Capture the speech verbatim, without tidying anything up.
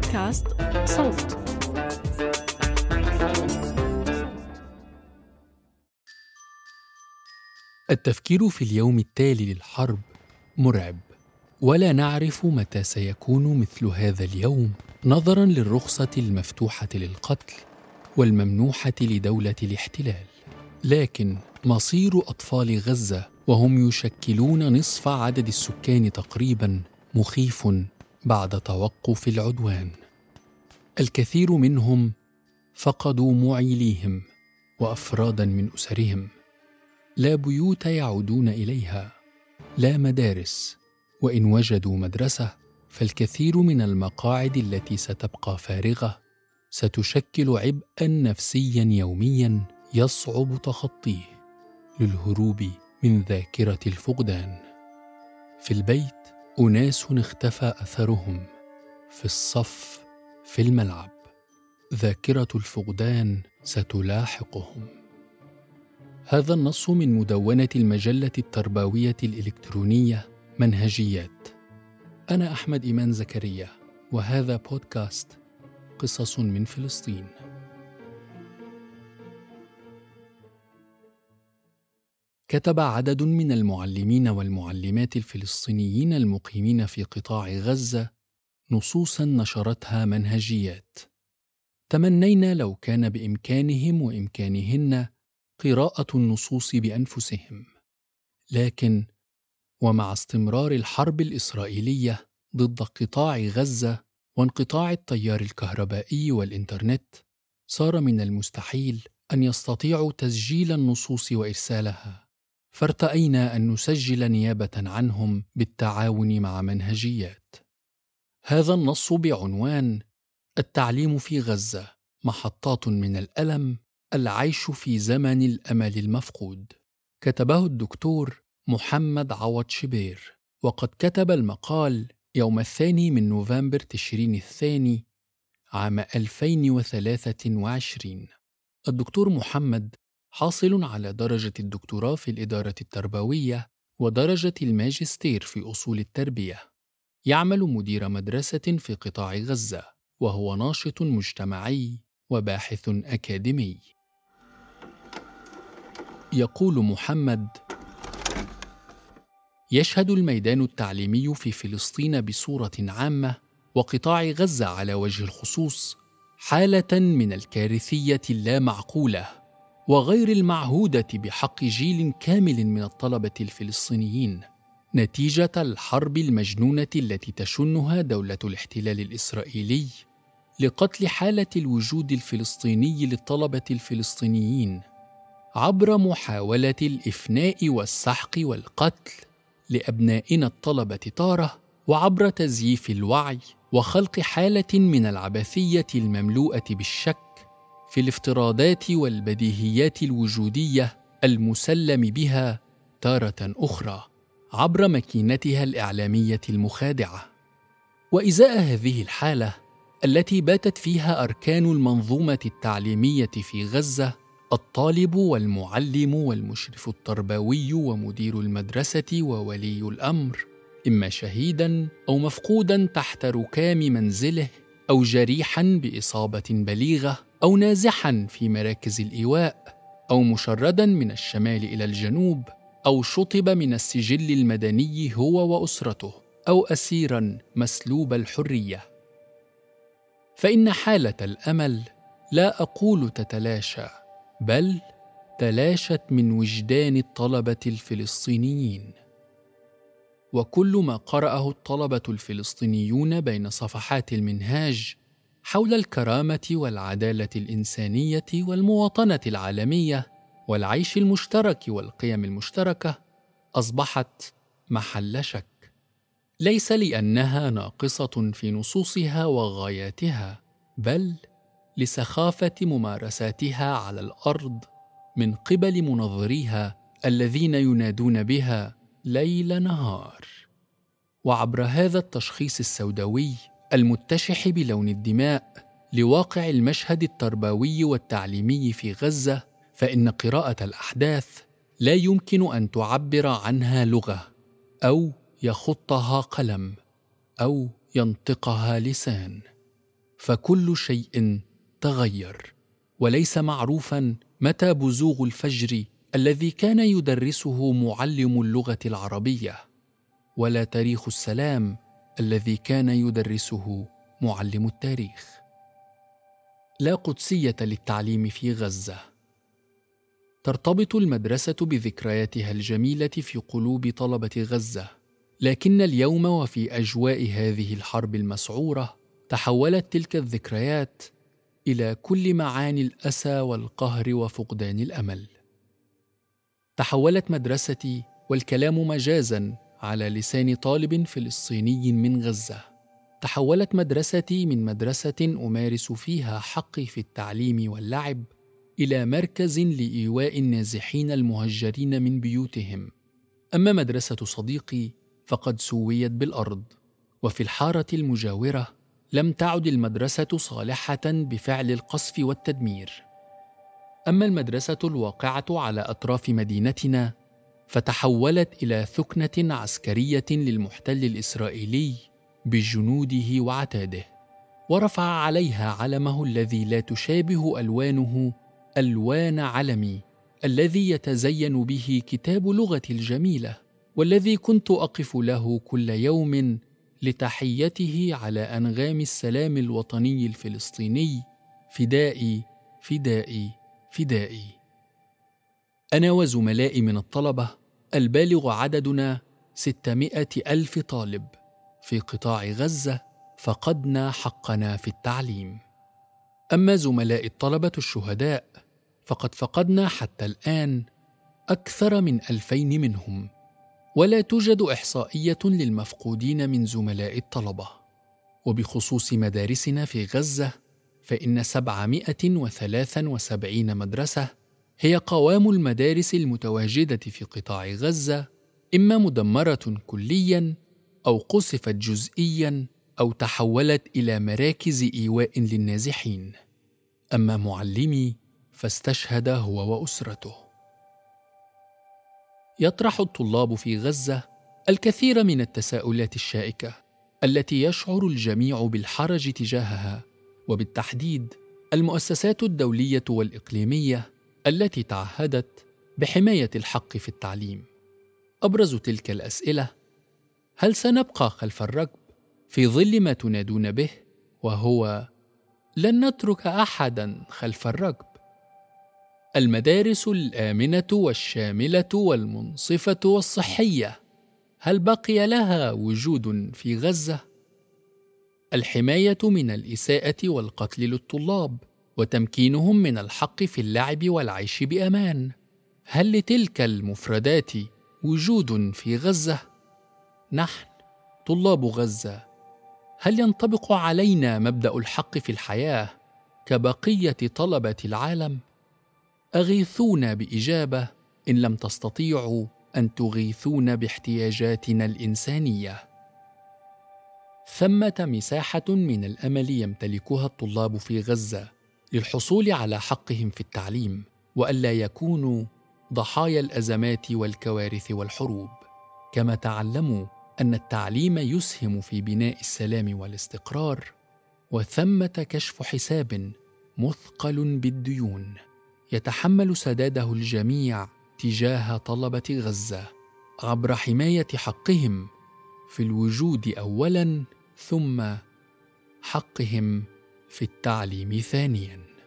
بودكاست صوت. التفكير في اليوم التالي للحرب مرعب، ولا نعرف متى سيكون مثل هذا اليوم نظراً للرخصة المفتوحة للقتل والممنوحة لدولة الاحتلال. لكن مصير أطفال غزة وهم يشكلون نصف عدد السكان تقريباً مخيف بعد توقف العدوان. الكثير منهم فقدوا معيليهم وأفراداً من أسرهم، لا بيوت يعودون إليها، لا مدارس، وإن وجدوا مدرسة فالكثير من المقاعد التي ستبقى فارغة ستشكل عبئاً نفسياً يومياً يصعب تخطيه للهروب من ذاكرة الفقدان. في البيت أناس اختفى أثرهم، في الصف، في الملعب، ذاكرة الفقدان ستلاحقهم. هذا النص من مدونة المجلة التربوية الإلكترونية منهجيات. أنا أحمد إيمان زكريا، وهذا بودكاست قصص من فلسطين. كتب عدد من المعلمين والمعلمات الفلسطينيين المقيمين في قطاع غزة نصوصاً نشرتها منهجيات. تمنينا لو كان بإمكانهم وإمكانهن قراءة النصوص بأنفسهم، لكن ومع استمرار الحرب الإسرائيلية ضد قطاع غزة وانقطاع التيار الكهربائي والإنترنت، صار من المستحيل أن يستطيعوا تسجيل النصوص وإرسالها، فارتأينا أن نسجل نيابة عنهم بالتعاون مع منهجيات. هذا النص بعنوان التعليم في غزة، محطات من الألم، العيش في زمن الأمل المفقود، كتبه الدكتور محمد عوض شبير، وقد كتب المقال يوم الثاني من نوفمبر تشرين الثاني عام ألفين وثلاثة وعشرين. الدكتور محمد حاصل على درجة الدكتوراه في الإدارة التربوية ودرجة الماجستير في أصول التربية. يعمل مدير مدرسة في قطاع غزة، وهو ناشط مجتمعي وباحث أكاديمي. يقول محمد: يشهد الميدان التعليمي في فلسطين بصورة عامة وقطاع غزة على وجه الخصوص حالة من الكارثية اللامعقولة وغير المعهودة بحق جيل كامل من الطلبة الفلسطينيين، نتيجة الحرب المجنونة التي تشنها دولة الاحتلال الإسرائيلي لقتل حالة الوجود الفلسطيني للطلبة الفلسطينيين عبر محاولة الإفناء والسحق والقتل لأبنائنا الطلبة تارة، وعبر تزييف الوعي وخلق حالة من العبثية المملوءة بالشك في الافتراضات والبديهيات الوجودية المسلم بها تارة أخرى عبر ماكينتها الإعلامية المخادعة. وإزاء هذه الحالة التي باتت فيها أركان المنظومة التعليمية في غزة، الطالب والمعلم والمشرف التربوي ومدير المدرسة وولي الأمر، إما شهيداً أو مفقوداً تحت ركام منزله، أو جريحاً بإصابة بليغة، أو نازحاً في مراكز الإيواء، أو مشرداً من الشمال إلى الجنوب، أو شطب من السجل المدني هو وأسرته، أو أسيراً مسلوب الحرية. فإن حالة الأمل لا أقول تتلاشى، بل تلاشت من وجدان الطلبة الفلسطينيين. وكل ما قرأه الطلبة الفلسطينيون بين صفحات المنهاج حول الكرامة والعدالة الإنسانية والمواطنة العالمية والعيش المشترك والقيم المشتركة أصبحت محل شك، ليس لأنها ناقصة في نصوصها وغاياتها، بل لسخافة ممارساتها على الأرض من قبل منظريها الذين ينادون بها ليل نهار. وعبر هذا التشخيص السوداوي المتشح بلون الدماء لواقع المشهد التربوي والتعليمي في غزة، فإن قراءة الأحداث لا يمكن أن تعبر عنها لغة، أو يخطها قلم، أو ينطقها لسان. فكل شيء تغير، وليس معروفا متى بزوغ الفجر الذي كان يدرسه معلم اللغة العربية، ولا تاريخ السلام الذي كان يدرسه معلم التاريخ. لا قدسية للتعليم في غزة. ترتبط المدرسة بذكرياتها الجميلة في قلوب طلبة غزة، لكن اليوم وفي أجواء هذه الحرب المسعورة تحولت تلك الذكريات إلى كل معاني الأسى والقهر وفقدان الأمل. تحولت مدرستي، والكلام مجازاً على لسان طالب فلسطيني من غزة، تحولت مدرستي من مدرسة أمارس فيها حقي في التعليم واللعب إلى مركز لإيواء النازحين المهجرين من بيوتهم. أما مدرسة صديقي فقد سويت بالأرض، وفي الحارة المجاورة لم تعد المدرسة صالحة بفعل القصف والتدمير. أما المدرسة الواقعة على أطراف مدينتنا فتحولت إلى ثكنة عسكرية للمحتل الإسرائيلي بجنوده وعتاده، ورفع عليها علمه الذي لا تشابه ألوانه ألوان علمي الذي يتزين به كتاب لغتي الجميلة، والذي كنت أقف له كل يوم لتحيته على أنغام السلام الوطني الفلسطيني: فدائي فدائي فدائي. أنا وزملائي من الطلبة البالغ عددنا ستمائة ألف طالب في قطاع غزة فقدنا حقنا في التعليم. أما زملاء الطلبة الشهداء فقد فقدنا حتى الآن أكثر من ألفين منهم، ولا توجد إحصائية للمفقودين من زملاء الطلبة. وبخصوص مدارسنا في غزة فإن سبعمائة وثلاثة وسبعين مدرسة هي قوام المدارس المتواجدة في قطاع غزة، إما مدمرة كلياً أو قصفت جزئياً أو تحولت إلى مراكز إيواء للنازحين. أما معلمي فاستشهد هو وأسرته. يطرح الطلاب في غزة الكثير من التساؤلات الشائكة التي يشعر الجميع بالحرج تجاهها، وبالتحديد المؤسسات الدولية والإقليمية التي تعهدت بحماية الحق في التعليم. أبرز تلك الأسئلة: هل سنبقى خلف الركب في ظل ما تنادون به، وهو لن نترك أحداً خلف الركب؟ المدارس الآمنة والشاملة والمنصفة والصحية، هل بقي لها وجود في غزة؟ الحماية من الإساءة والقتل للطلاب، وتمكينهم من الحق في اللعب والعيش بأمان، هل لتلك المفردات وجود في غزة؟ نحن طلاب غزة، هل ينطبق علينا مبدأ الحق في الحياة كبقية طلبة العالم؟ أغيثونا بإجابة إن لم تستطيعوا أن تغيثون باحتياجاتنا الإنسانية. ثمة مساحة من الأمل يمتلكها الطلاب في غزة للحصول على حقهم في التعليم، وألا يكونوا ضحايا الأزمات والكوارث والحروب. كما تعلموا أن التعليم يسهم في بناء السلام والاستقرار، وثمة كشف حساب مثقل بالديون يتحمل سداده الجميع تجاه طلبة غزة عبر حماية حقهم في الوجود أولاً، ثم حقهم في التعليم ثانياً.